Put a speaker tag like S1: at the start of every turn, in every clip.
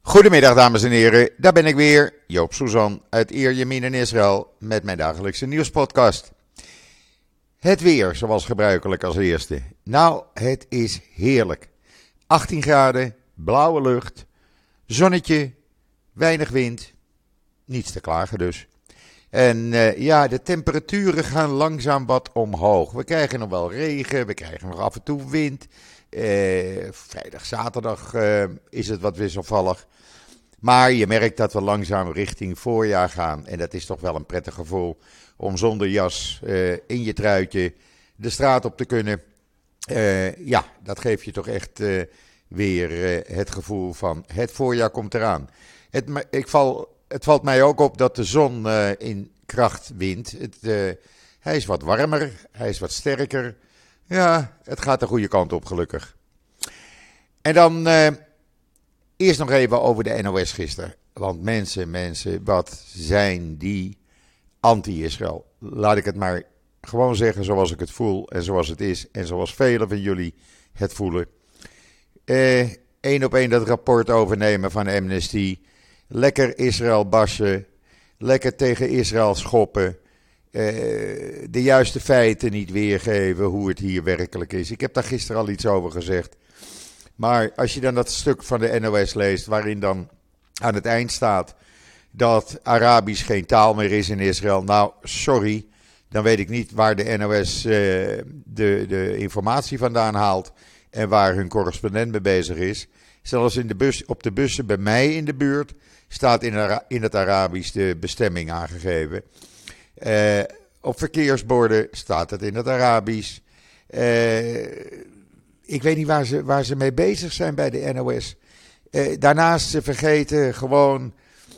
S1: Goedemiddag dames en heren, daar ben ik weer, Joop Suzan uit Ierjemien in Israël met mijn dagelijkse nieuwspodcast. Het weer, zoals gebruikelijk als eerste. Nou, het is heerlijk. 18 graden, blauwe lucht, zonnetje, weinig wind, niets te klagen dus. En de temperaturen gaan langzaam wat omhoog. We krijgen nog wel regen, we krijgen nog af en toe wind. Vrijdag, zaterdag is het wat wisselvallig. Maar je merkt dat we langzaam richting voorjaar gaan. En dat is toch wel een prettig gevoel om zonder jas in je truitje de straat op te kunnen. Dat geeft je toch echt weer het gevoel van het voorjaar komt eraan. Het valt mij ook op dat de zon in kracht wint. Hij is wat warmer, hij is wat sterker. Ja, het gaat de goede kant op gelukkig. En dan eerst nog even over de NOS gisteren. Want mensen, wat zijn die anti-Israël? Laat ik het maar gewoon zeggen zoals ik het voel en zoals het is. En zoals velen van jullie het voelen. Eén op één dat rapport overnemen van Amnesty. Lekker Israël bashen. Lekker tegen Israël schoppen. De juiste feiten niet weergeven hoe het hier werkelijk is. Ik heb daar gisteren al iets over gezegd. Maar als je dan dat stuk van de NOS leest, waarin dan aan het eind staat dat Arabisch geen taal meer is in Israël. Nou, sorry, dan weet ik niet waar de NOS de informatie vandaan haalt en waar hun correspondent mee bezig is. Zelfs op de bussen bij mij in de buurt staat in het Arabisch de bestemming aangegeven. Op verkeersborden staat het in het Arabisch. Ik weet niet waar ze mee bezig zijn bij de NOS. Daarnaast ze vergeten gewoon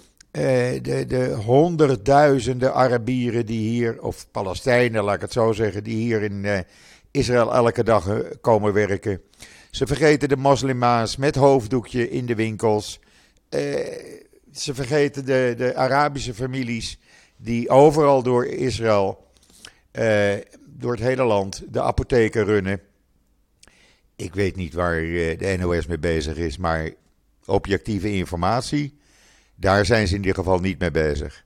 S1: de honderdduizenden Arabieren die hier, of Palestijnen laat ik het zo zeggen, die hier in Israël elke dag komen werken. Ze vergeten de moslima's met hoofddoekje in de winkels. Ze vergeten de Arabische families die overal door Israël, door het hele land, de apotheken runnen. Ik weet niet waar de NOS mee bezig is, maar objectieve informatie, daar zijn ze in ieder geval niet mee bezig.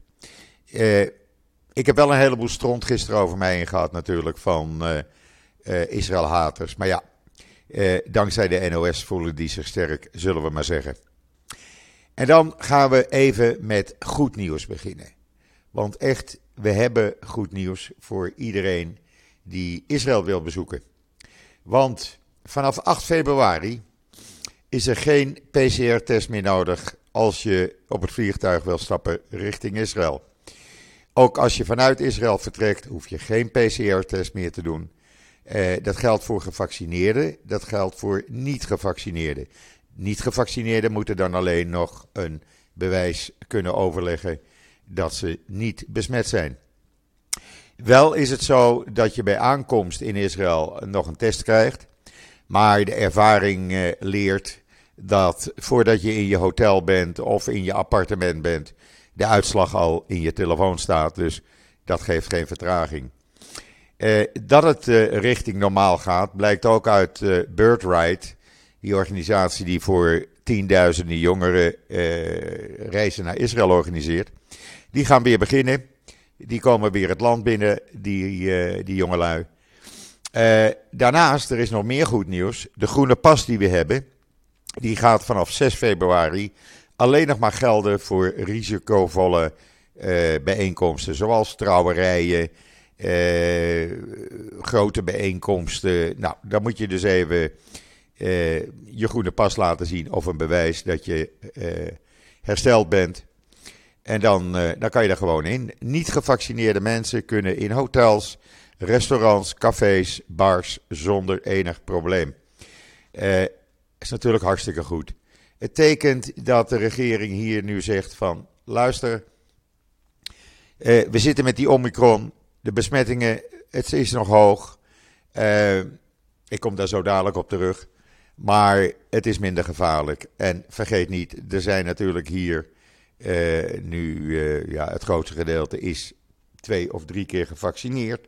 S1: Ik heb wel een heleboel stront gisteren over mij heen gehad natuurlijk van Israël-haters. Maar ja, dankzij de NOS voelen die zich sterk, zullen we maar zeggen. En dan gaan we even met goed nieuws beginnen. Want echt, we hebben goed nieuws voor iedereen die Israël wil bezoeken. Want vanaf 8 februari is er geen PCR-test meer nodig als je op het vliegtuig wil stappen richting Israël. Ook als je vanuit Israël vertrekt, hoef je geen PCR-test meer te doen. Dat geldt voor gevaccineerden, dat geldt voor niet-gevaccineerden. Niet-gevaccineerden moeten dan alleen nog een bewijs kunnen overleggen dat ze niet besmet zijn. Wel is het zo dat je bij aankomst in Israël nog een test krijgt. Maar de ervaring leert dat voordat je in je hotel bent of in je appartement bent, de uitslag al in je telefoon staat. Dus dat geeft geen vertraging. Dat het richting normaal gaat, blijkt ook uit Birthright, die organisatie die voor tienduizenden jongeren reizen naar Israël organiseert. Die gaan weer beginnen. Die komen weer het land binnen, die jongelui. Daarnaast, er is nog meer goed nieuws. De groene pas die we hebben, die gaat vanaf 6 februari alleen nog maar gelden voor risicovolle bijeenkomsten. Zoals trouwerijen, grote bijeenkomsten. Nou, dan moet je dus even je groene pas laten zien of een bewijs dat je hersteld bent. En dan kan je er gewoon in. Niet gevaccineerde mensen kunnen in hotels, restaurants, cafés, bars zonder enig probleem. Is natuurlijk hartstikke goed. Het tekent dat de regering hier nu zegt van, luister, we zitten met die Omicron, de besmettingen, het is nog hoog. Ik kom daar zo dadelijk op terug. Maar het is minder gevaarlijk. En vergeet niet, er zijn natuurlijk hier het grootste gedeelte is 2 of 3 keer gevaccineerd.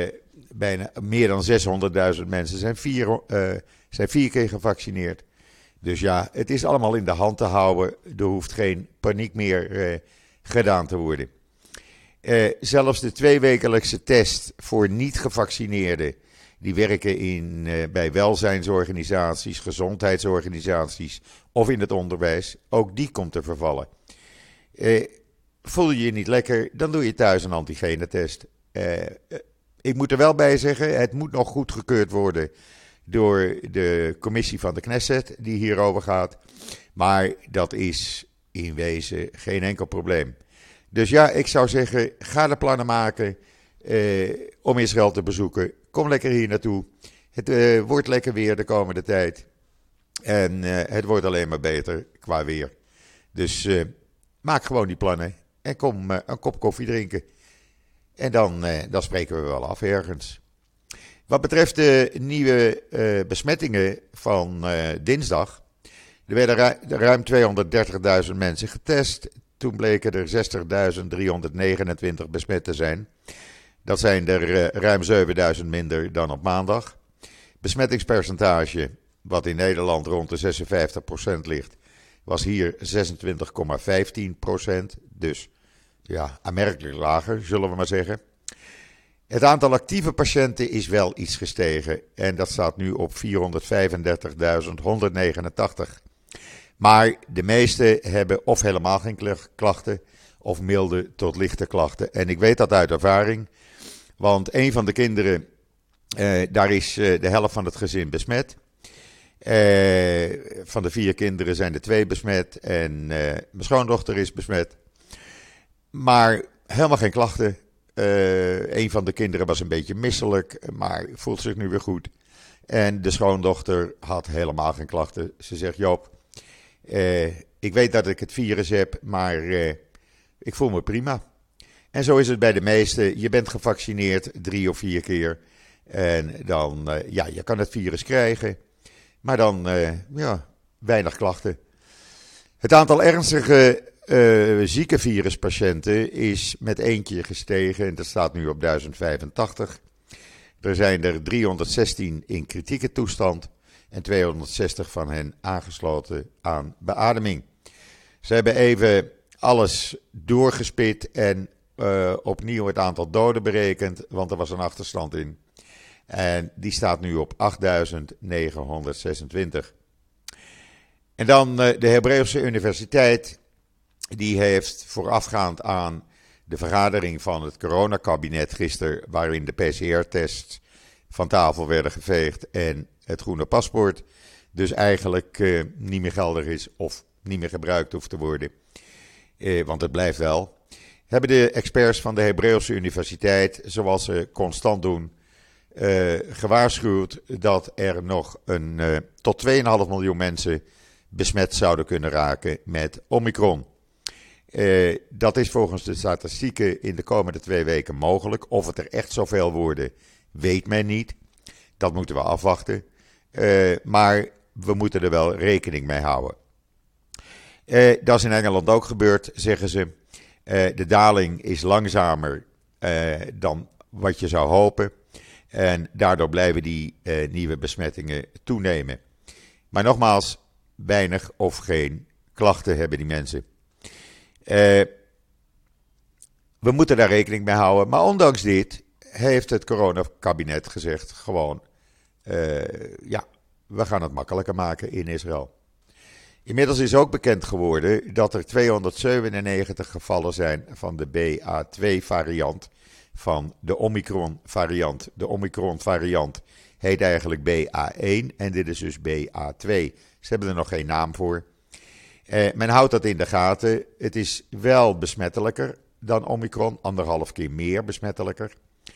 S1: Bijna meer dan 600.000 mensen zijn 4 keer gevaccineerd. Dus ja, het is allemaal in de hand te houden. Er hoeft geen paniek meer gedaan te worden. Zelfs de 2-wekelijkse test voor niet-gevaccineerden, die werken bij welzijnsorganisaties, gezondheidsorganisaties of in het onderwijs, ook die komt te vervallen. Voel je je niet lekker, dan doe je thuis een antigenetest. Ik moet er wel bij zeggen, het moet nog goedgekeurd worden door de commissie van de Knesset die hierover gaat. Maar dat is in wezen geen enkel probleem. Dus ja, ik zou zeggen, ga de plannen maken om Israël te bezoeken. Kom lekker hier naartoe. Het wordt lekker weer de komende tijd. En het wordt alleen maar beter qua weer. Dus maak gewoon die plannen en kom een kop koffie drinken. En dan spreken we wel af ergens. Wat betreft de nieuwe besmettingen van dinsdag. Er werden ruim 230.000 mensen getest. Toen bleken er 60.329 besmet te zijn. Dat zijn er ruim 7.000 minder dan op maandag. Besmettingspercentage, wat in Nederland rond de 56% ligt, was hier 26,15%. Dus ja, aanmerkelijk lager, zullen we maar zeggen. Het aantal actieve patiënten is wel iets gestegen en dat staat nu op 435.189. Maar de meeste hebben of helemaal geen klachten of milde tot lichte klachten. En ik weet dat uit ervaring, want een van de kinderen, daar is de helft van het gezin besmet. Van de 4 kinderen zijn er 2 besmet en mijn schoondochter is besmet. Maar helemaal geen klachten. Een van de kinderen was een beetje misselijk, maar voelt zich nu weer goed. En de schoondochter had helemaal geen klachten. Ze zegt, Joop, ik weet dat ik het virus heb, maar ik voel me prima. En zo is het bij de meesten. Je bent gevaccineerd 3 of 4 keer. En dan, je kan het virus krijgen. Maar dan, weinig klachten. Het aantal ernstige zieke viruspatiënten is met eentje gestegen. En dat staat nu op 1085. Er zijn er 316 in kritieke toestand. En 260 van hen aangesloten aan beademing. Ze hebben even alles doorgespit en opnieuw het aantal doden berekend, want er was een achterstand in. En die staat nu op 8926. En dan de Hebreeuwse Universiteit, die heeft voorafgaand aan de vergadering van het coronakabinet gisteren, waarin de PCR-tests van tafel werden geveegd en het groene paspoort dus eigenlijk niet meer geldig is of niet meer gebruikt hoeft te worden, want het blijft wel, hebben de experts van de Hebreeuwse Universiteit, zoals ze constant doen, gewaarschuwd dat er nog tot 2,5 miljoen mensen besmet zouden kunnen raken met Omicron. Dat is volgens de statistieken in de komende 2 weken mogelijk. Of het er echt zoveel worden, weet men niet. Dat moeten we afwachten. Maar we moeten er wel rekening mee houden. Dat is in Engeland ook gebeurd, zeggen ze. De daling is langzamer dan wat je zou hopen. En daardoor blijven die nieuwe besmettingen toenemen. Maar nogmaals, weinig of geen klachten hebben die mensen. We moeten daar rekening mee houden. Maar ondanks dit heeft het coronakabinet gezegd gewoon, we gaan het makkelijker maken in Israël. Inmiddels is ook bekend geworden dat er 297 gevallen zijn van de BA2-variant van de Omicron-variant. De Omicron-variant heet eigenlijk BA1 en dit is dus BA2. Ze hebben er nog geen naam voor. Men houdt dat in de gaten. Het is wel besmettelijker dan Omicron, 1,5 keer meer besmettelijker.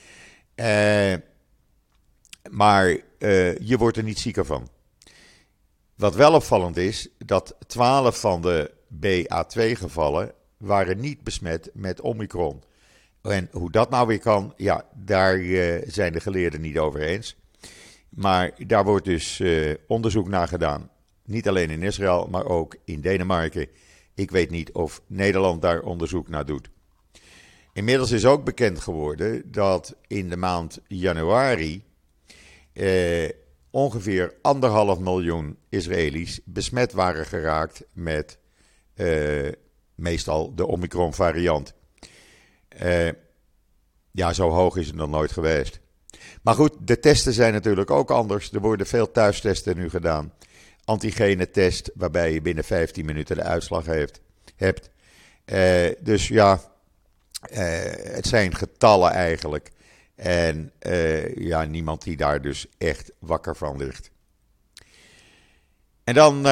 S1: Maar je wordt er niet zieker van. Wat wel opvallend is, dat 12 van de BA2-gevallen waren niet besmet met Omicron. En hoe dat nou weer kan, ja, daar zijn de geleerden niet over eens. Maar daar wordt dus onderzoek naar gedaan. Niet alleen in Israël, maar ook in Denemarken. Ik weet niet of Nederland daar onderzoek naar doet. Inmiddels is ook bekend geworden dat in de maand januari ongeveer 1,5 miljoen Israëli's besmet waren geraakt met meestal de Omicron variant. Ja, zo hoog is het nog nooit geweest. Maar goed, de testen zijn natuurlijk ook anders. Er worden veel thuistesten nu gedaan. Antigene-test, waarbij je binnen 15 minuten de uitslag hebt. Dus ja, het zijn getallen eigenlijk. En ja, niemand die daar dus echt wakker van ligt. En dan,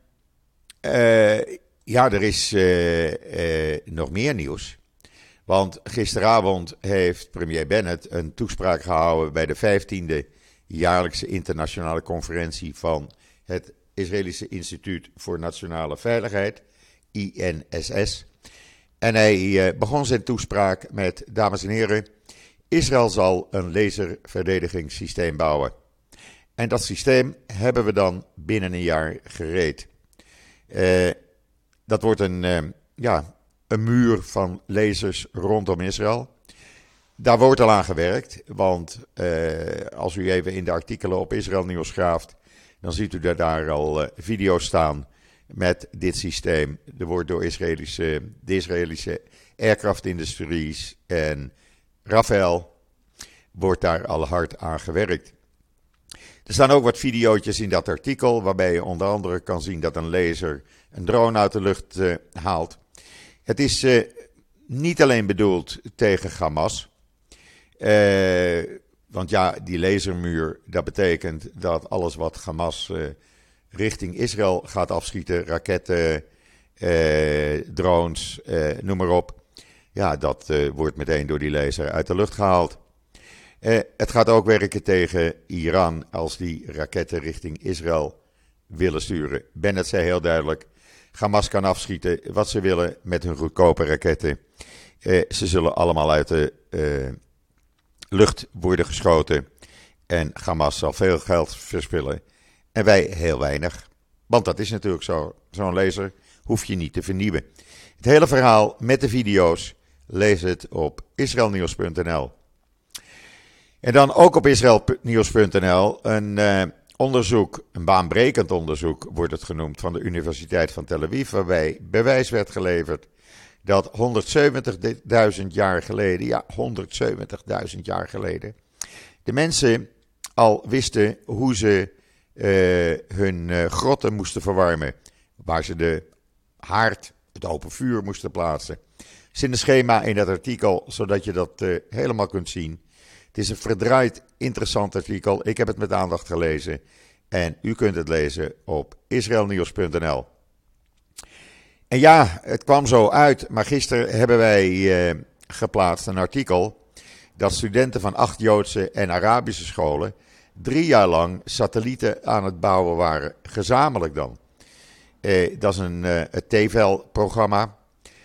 S1: ja, er is nog meer nieuws. Want gisteravond heeft premier Bennett een toespraak gehouden bij de 15e jaarlijkse internationale conferentie van het Israëlische Instituut voor Nationale Veiligheid, INSS. En hij begon zijn toespraak met: dames en heren, Israël zal een laserverdedigingssysteem bouwen. En dat systeem hebben we dan binnen een jaar gereed. Dat wordt een muur van lasers rondom Israël. Daar wordt al aan gewerkt, want als u even in de artikelen op Israël Nieuws graaft, dan ziet u daar al video's staan met dit systeem. Er wordt door de Israëlische aircraft industries en Rafael wordt daar al hard aan gewerkt. Er staan ook wat videootjes in dat artikel, waarbij je onder andere kan zien dat een laser een drone uit de lucht haalt. Het is niet alleen bedoeld tegen Hamas. Want ja, die lasermuur, dat betekent dat alles wat Hamas richting Israël gaat afschieten, raketten, drones, noem maar op. Ja, dat wordt meteen door die laser uit de lucht gehaald. Het gaat ook werken tegen Iran als die raketten richting Israël willen sturen. Bennett zei heel duidelijk: Hamas kan afschieten wat ze willen met hun goedkope raketten. Ze zullen allemaal uit de lucht worden geschoten. En Hamas zal veel geld verspillen. En wij heel weinig. Want dat is natuurlijk zo. Zo'n laser hoef je niet te vernieuwen. Het hele verhaal met de video's, lees het op israelnieuws.nl. En dan ook op israelnieuws.nl een onderzoek, een baanbrekend onderzoek wordt het genoemd, van de Universiteit van Tel Aviv, waarbij bewijs werd geleverd dat 170.000 jaar geleden, 170.000 jaar geleden, de mensen al wisten hoe ze hun grotten moesten verwarmen. Waar ze de haard, het open vuur moesten plaatsen. Er zit een schema in dat artikel, zodat je dat helemaal kunt zien. Het is een verdraaid interessant artikel. Ik heb het met aandacht gelezen. En u kunt het lezen op israelnieuws.nl. En ja, het kwam zo uit, maar gisteren hebben wij geplaatst een artikel dat studenten van 8 Joodse en Arabische scholen 3 jaar lang satellieten aan het bouwen waren, gezamenlijk dan. Dat is het TVL-programma.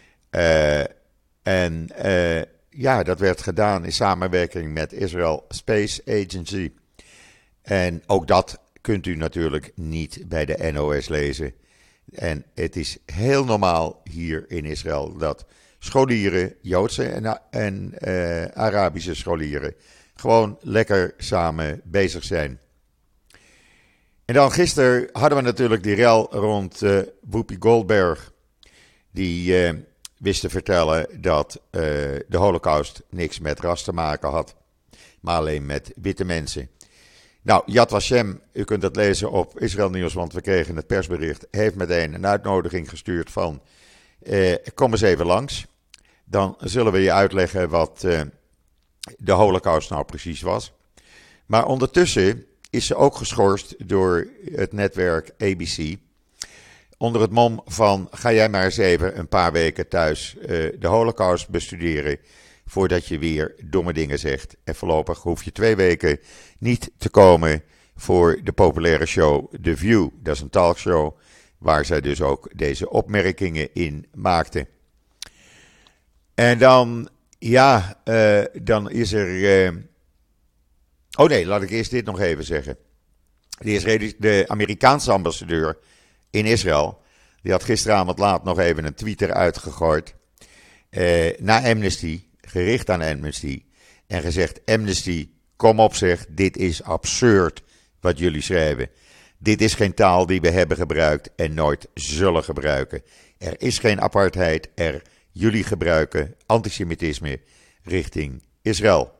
S1: Ja, dat werd gedaan in samenwerking met Israel Space Agency. En ook dat kunt u natuurlijk niet bij de NOS lezen. En het is heel normaal hier in Israël dat scholieren, Joodse en Arabische scholieren, gewoon lekker samen bezig zijn. En dan gisteren hadden we natuurlijk die rel rond Whoopi Goldberg. Die wist te vertellen dat de Holocaust niks met ras te maken had, maar alleen met witte mensen. Nou, Yad Vashem, u kunt het lezen op Israël Nieuws, want we kregen het persbericht, heeft meteen een uitnodiging gestuurd van kom eens even langs. Dan zullen we je uitleggen wat de Holocaust nou precies was. Maar ondertussen is ze ook geschorst door het netwerk ABC. Onder het mom van: ga jij maar eens even een paar weken thuis de Holocaust bestuderen voordat je weer domme dingen zegt. En voorlopig hoef je 2 weken niet te komen voor de populaire show The View. Dat is een talkshow waar zij dus ook deze opmerkingen in maakte. En dan, dan is er... Oh nee, laat ik eerst dit nog even zeggen. De Amerikaanse ambassadeur in Israël, die had gisteravond laat nog even een tweet eruit gegooid naar Amnesty, gericht aan Amnesty, en gezegd: Amnesty, kom op zeg, dit is absurd wat jullie schrijven. Dit is geen taal die we hebben gebruikt en nooit zullen gebruiken. Er is geen apartheid. Jullie gebruiken antisemitisme richting Israël.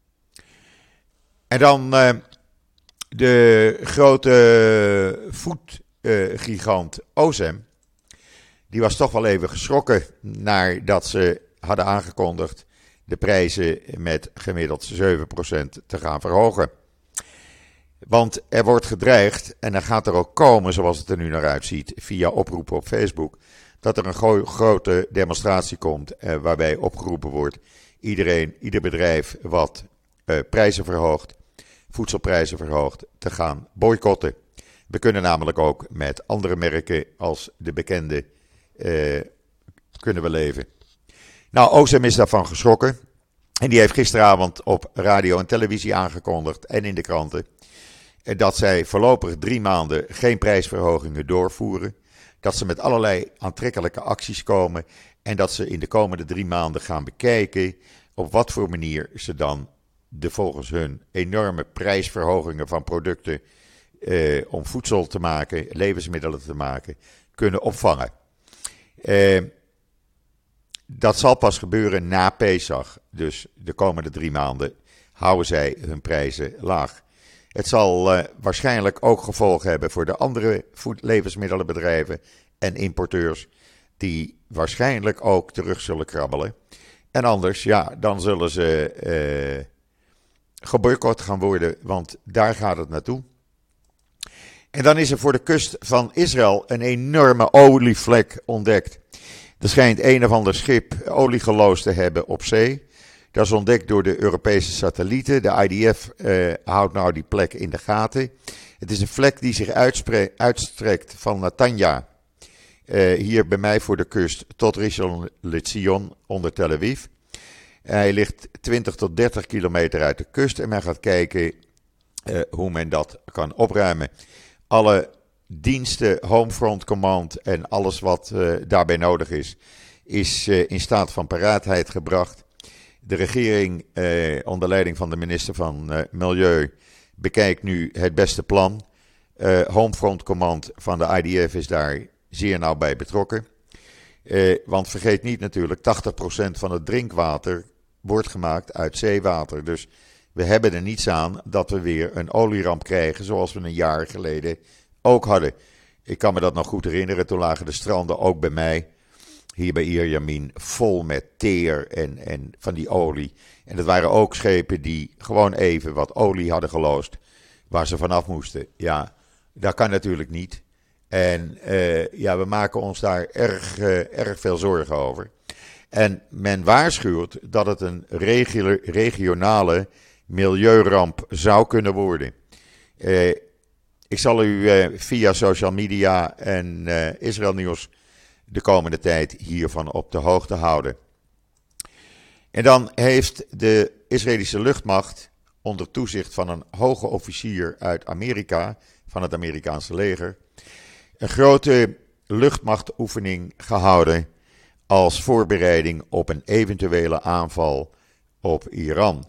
S1: En dan de grote voedgigant Osem. Die was toch wel even geschrokken nadat ze hadden aangekondigd de prijzen met gemiddeld 7% te gaan verhogen. Want er wordt gedreigd, en dan gaat er ook komen, zoals het er nu naar uitziet, via oproepen op Facebook, dat er een grote demonstratie komt waarbij opgeroepen wordt ieder bedrijf wat prijzen verhoogt, voedselprijzen verhoogt, te gaan boycotten. We kunnen namelijk ook met andere merken als de bekende kunnen we leven. Nou, Osem is daarvan geschrokken. En die heeft gisteravond op radio en televisie aangekondigd en in de kranten dat zij voorlopig 3 maanden geen prijsverhogingen doorvoeren. Dat ze met allerlei aantrekkelijke acties komen en dat ze in de komende 3 maanden gaan bekijken op wat voor manier ze dan de volgens hun enorme prijsverhogingen van producten om voedsel te maken, levensmiddelen te maken, kunnen opvangen. Dat zal pas gebeuren na Pesach. Dus de komende 3 maanden houden zij hun prijzen laag. Het zal waarschijnlijk ook gevolgen hebben voor de andere levensmiddelenbedrijven en importeurs, die waarschijnlijk ook terug zullen krabbelen. En anders, ja, dan zullen ze geboycott gaan worden, want daar gaat het naartoe. En dan is er voor de kust van Israël een enorme olievlek ontdekt. Er schijnt een of ander schip olie geloosd te hebben op zee. Dat is ontdekt door de Europese satellieten. De IDF houdt nou die plek in de gaten. Het is een vlek die zich uitstrekt van Netanya, hier bij mij voor de kust, tot Rishon LeZion onder Tel Aviv. Hij ligt 20 tot 30 kilometer uit de kust en men gaat kijken hoe men dat kan opruimen. Alle diensten, Homefront Command en alles wat daarbij nodig is in staat van paraatheid gebracht. De regering onder leiding van de minister van Milieu bekijkt nu het beste plan. Homefront Command van de IDF is daar zeer nauw bij betrokken. Want vergeet niet natuurlijk, 80% van het drinkwater wordt gemaakt uit zeewater. Dus we hebben er niets aan dat we weer een olieramp krijgen zoals we een jaar geleden ook hadden. Ik kan me dat nog goed herinneren, toen lagen de stranden ook bij mij, hier bij Ierjemien, vol met teer en van die olie. En dat waren ook schepen die gewoon even wat olie hadden geloosd, waar ze vanaf moesten. Ja, dat kan natuurlijk niet. En ja, we maken ons daar erg veel zorgen over. En men waarschuwt dat het een regionale milieuramp zou kunnen worden. Ik zal u via social media en Israël Nieuws de komende tijd hiervan op de hoogte houden. En dan heeft de Israëlische luchtmacht onder toezicht van een hoge officier uit Amerika, van het Amerikaanse leger, een grote luchtmachtoefening gehouden als voorbereiding op een eventuele aanval op Iran.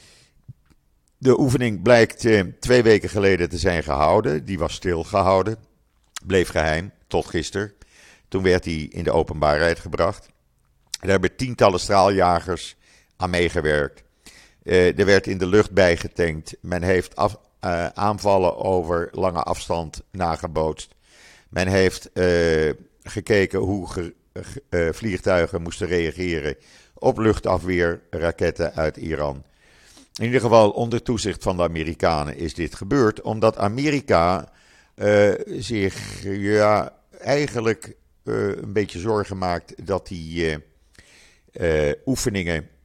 S1: De oefening blijkt 2 weken geleden te zijn gehouden. Die was stilgehouden, bleef geheim tot gisteren. Toen werd hij in de openbaarheid gebracht. Er hebben tientallen straaljagers aan meegewerkt. Er werd in de lucht bijgetankt. Men heeft aanvallen over lange afstand nagebootst. Men heeft gekeken hoe vliegtuigen moesten reageren op luchtafweerraketten uit Iran. In ieder geval onder toezicht van de Amerikanen is dit gebeurd, omdat Amerika zich eigenlijk een beetje zorgen maakt dat die oefeningen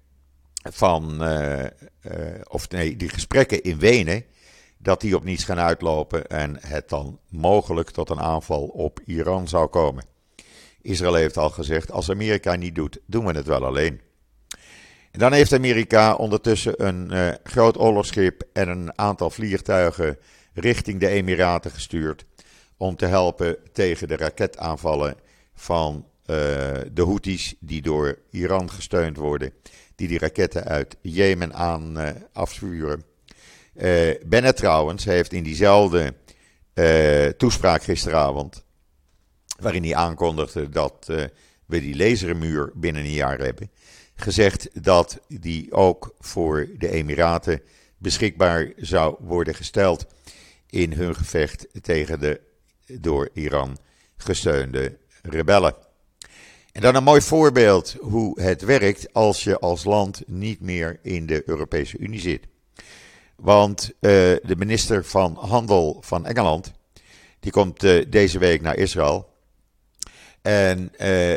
S1: die gesprekken in Wenen, dat die op niets gaan uitlopen en het dan mogelijk tot een aanval op Iran zou komen. Israël heeft al gezegd, als Amerika niet doet, doen we het wel alleen. En dan heeft Amerika ondertussen een groot oorlogsschip en een aantal vliegtuigen richting de Emiraten gestuurd om te helpen tegen de raketaanvallen van de Houthis die door Iran gesteund worden, die raketten uit Jemen afvuren. Bennett trouwens heeft in diezelfde toespraak gisteravond, waarin hij aankondigde dat we die lasermuur binnen een jaar hebben, gezegd dat die ook voor de Emiraten beschikbaar zou worden gesteld in hun gevecht tegen de door Iran gesteunde rebellen. En dan een mooi voorbeeld hoe het werkt als je als land niet meer in de Europese Unie zit. Want de minister van Handel van Engeland, die komt deze week naar Israël. En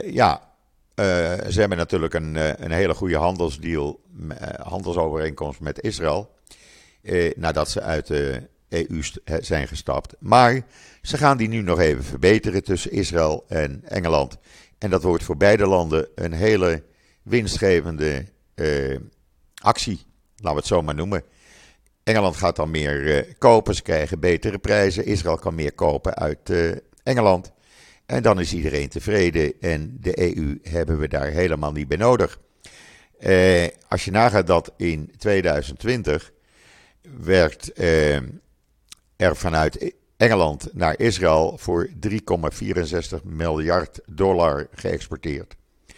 S1: ze hebben natuurlijk een hele goede handelsovereenkomst met Israël. Nadat ze uit de EU zijn gestapt. Maar ze gaan die nu nog even verbeteren tussen Israël en Engeland. En dat wordt voor beide landen een hele winstgevende actie. Laten we het zo maar noemen. Engeland gaat dan meer kopen, ze krijgen betere prijzen. Israël kan meer kopen uit Engeland. En dan is iedereen tevreden. En de EU hebben we daar helemaal niet bij nodig. Als je nagaat dat in 2020 werd er vanuit Engeland naar Israël voor $3,64 miljard geëxporteerd.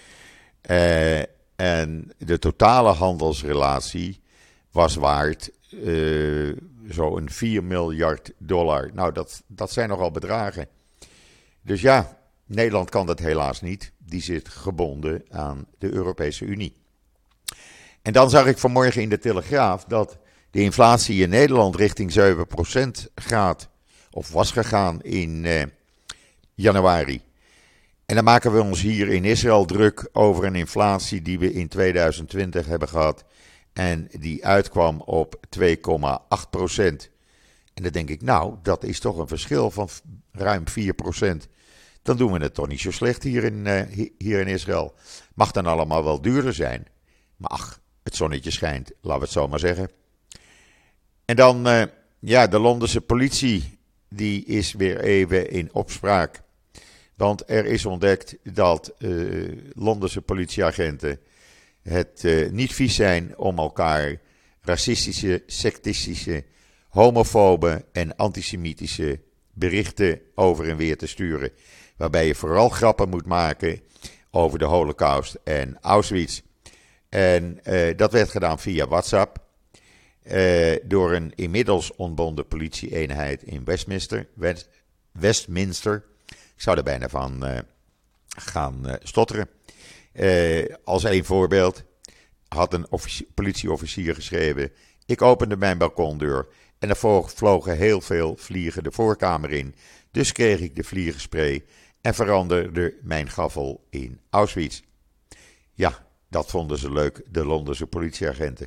S1: En de totale handelsrelatie was waard zo'n $4 miljard. Nou, dat zijn nogal bedragen. Dus ja, Nederland kan dat helaas niet. Die zit gebonden aan de Europese Unie. En dan zag ik vanmorgen in de Telegraaf dat de inflatie in Nederland richting 7% gaat, of was gegaan in januari. En dan maken we ons hier in Israël druk over een inflatie die we in 2020 hebben gehad. En die uitkwam op 2,8%. En dan denk ik, nou, dat is toch een verschil van ruim 4%. Dan doen we het toch niet zo slecht hier in Israël. Mag dan allemaal wel duurder zijn. Maar ach, het zonnetje schijnt, laten we het zo maar zeggen. En dan, de Londense politie, die is weer even in opspraak. Want er is ontdekt dat Londense politieagenten het niet vies zijn om elkaar racistische, sektistische, homofobe en antisemitische berichten over en weer te sturen. Waarbij je vooral grappen moet maken over de Holocaust en Auschwitz. En dat werd gedaan via WhatsApp. Door een inmiddels ontbonden politie-eenheid in Westminster. Ik zou er bijna van gaan stotteren. Als één voorbeeld had een politieofficier geschreven: ik opende mijn balkondeur en er vlogen heel veel vliegen de voorkamer in. Dus kreeg ik de vliegenspray en veranderde mijn gaffel in Auschwitz. Ja, dat vonden ze leuk, de Londense politieagenten.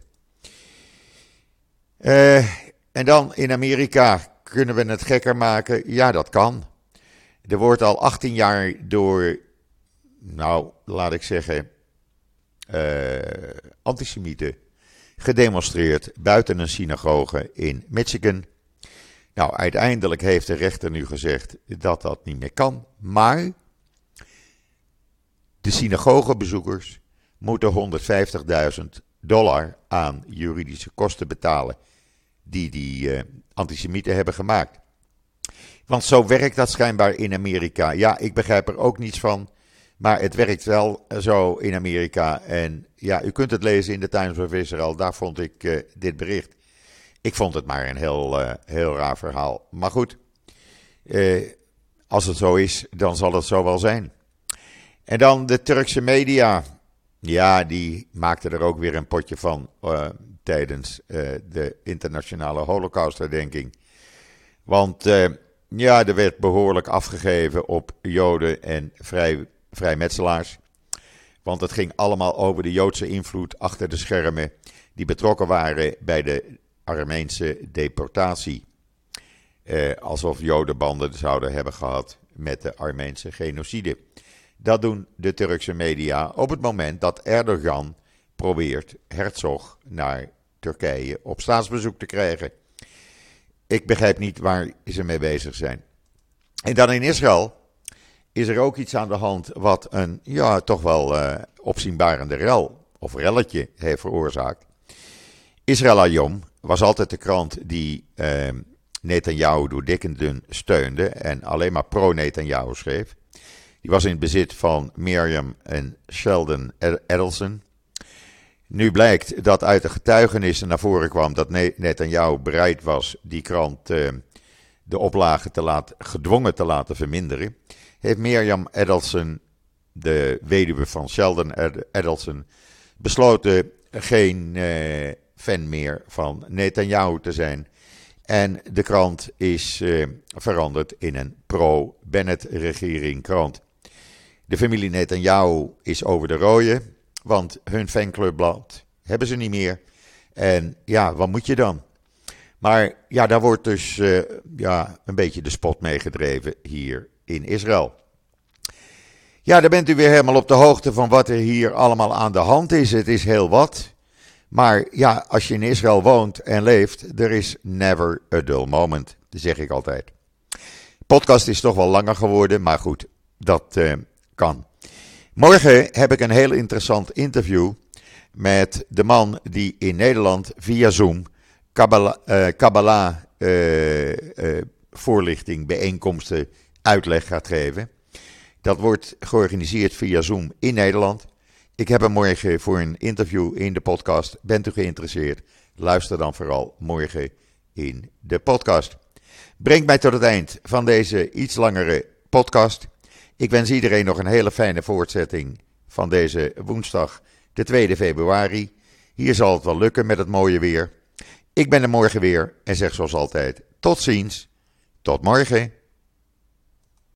S1: En dan in Amerika kunnen we het gekker maken. Ja, dat kan. Er wordt al 18 jaar door, laat ik zeggen, antisemieten gedemonstreerd buiten een synagoge in Michigan. Nou, uiteindelijk heeft de rechter nu gezegd dat dat niet meer kan. Maar de synagogebezoekers moeten $150.000 aan juridische kosten betalen die antisemieten hebben gemaakt. Want zo werkt dat schijnbaar in Amerika. Ja, ik begrijp er ook niets van, maar het werkt wel zo in Amerika. En ja, u kunt het lezen in de Times of Israel, daar vond ik dit bericht. Ik vond het maar een heel raar verhaal. Maar goed, als het zo is, dan zal het zo wel zijn. En dan de Turkse media. Ja, die maakten er ook weer een potje van tijdens de internationale Holocaustherdenking. Want er werd behoorlijk afgegeven op Joden en vrijmetselaars. Want het ging allemaal over de Joodse invloed achter de schermen die betrokken waren bij de Armeense deportatie. Alsof Joden banden zouden hebben gehad met de Armeense genocide. Dat doen de Turkse media op het moment dat Erdogan probeert Herzog naar Turkije op staatsbezoek te krijgen. Ik begrijp niet waar ze mee bezig zijn. En dan in Israël is er ook iets aan de hand wat een toch wel opzienbarende rel of relletje heeft veroorzaakt. Israël Hayom was altijd de krant die Netanyahu door dik en dun steunde en alleen maar pro-Netanyahu schreef. Die was in het bezit van Miriam en Sheldon Adelson. Nu blijkt dat uit de getuigenissen naar voren kwam dat Netanyahu bereid was die krant de oplage gedwongen te laten verminderen. Heeft Miriam Adelson, de weduwe van Sheldon Adelson, besloten geen fan meer van Netanyahu te zijn. En de krant is veranderd in een pro-Bennett-regering krant. De familie Netanyahu is over de rode, want hun fanclubblad hebben ze niet meer. En ja, wat moet je dan? Maar ja, daar wordt dus een beetje de spot mee gedreven hier in Israël. Ja, dan bent u weer helemaal op de hoogte van wat er hier allemaal aan de hand is. Het is heel wat. Maar ja, als je in Israël woont en leeft, er is never a dull moment. Dat zeg ik altijd. De podcast is toch wel langer geworden, maar goed, dat kan. Morgen heb ik een heel interessant interview met de man die in Nederland via Zoom Kabbalah voorlichting, bijeenkomsten, uitleg gaat geven. Dat wordt georganiseerd via Zoom in Nederland. Ik heb hem morgen voor een interview in de podcast. Bent u geïnteresseerd? Luister dan vooral morgen in de podcast. Brengt mij tot het eind van deze iets langere podcast. Ik wens iedereen nog een hele fijne voortzetting van deze woensdag, de 2 februari. Hier zal het wel lukken met het mooie weer. Ik ben er morgen weer en zeg zoals altijd tot ziens, tot morgen.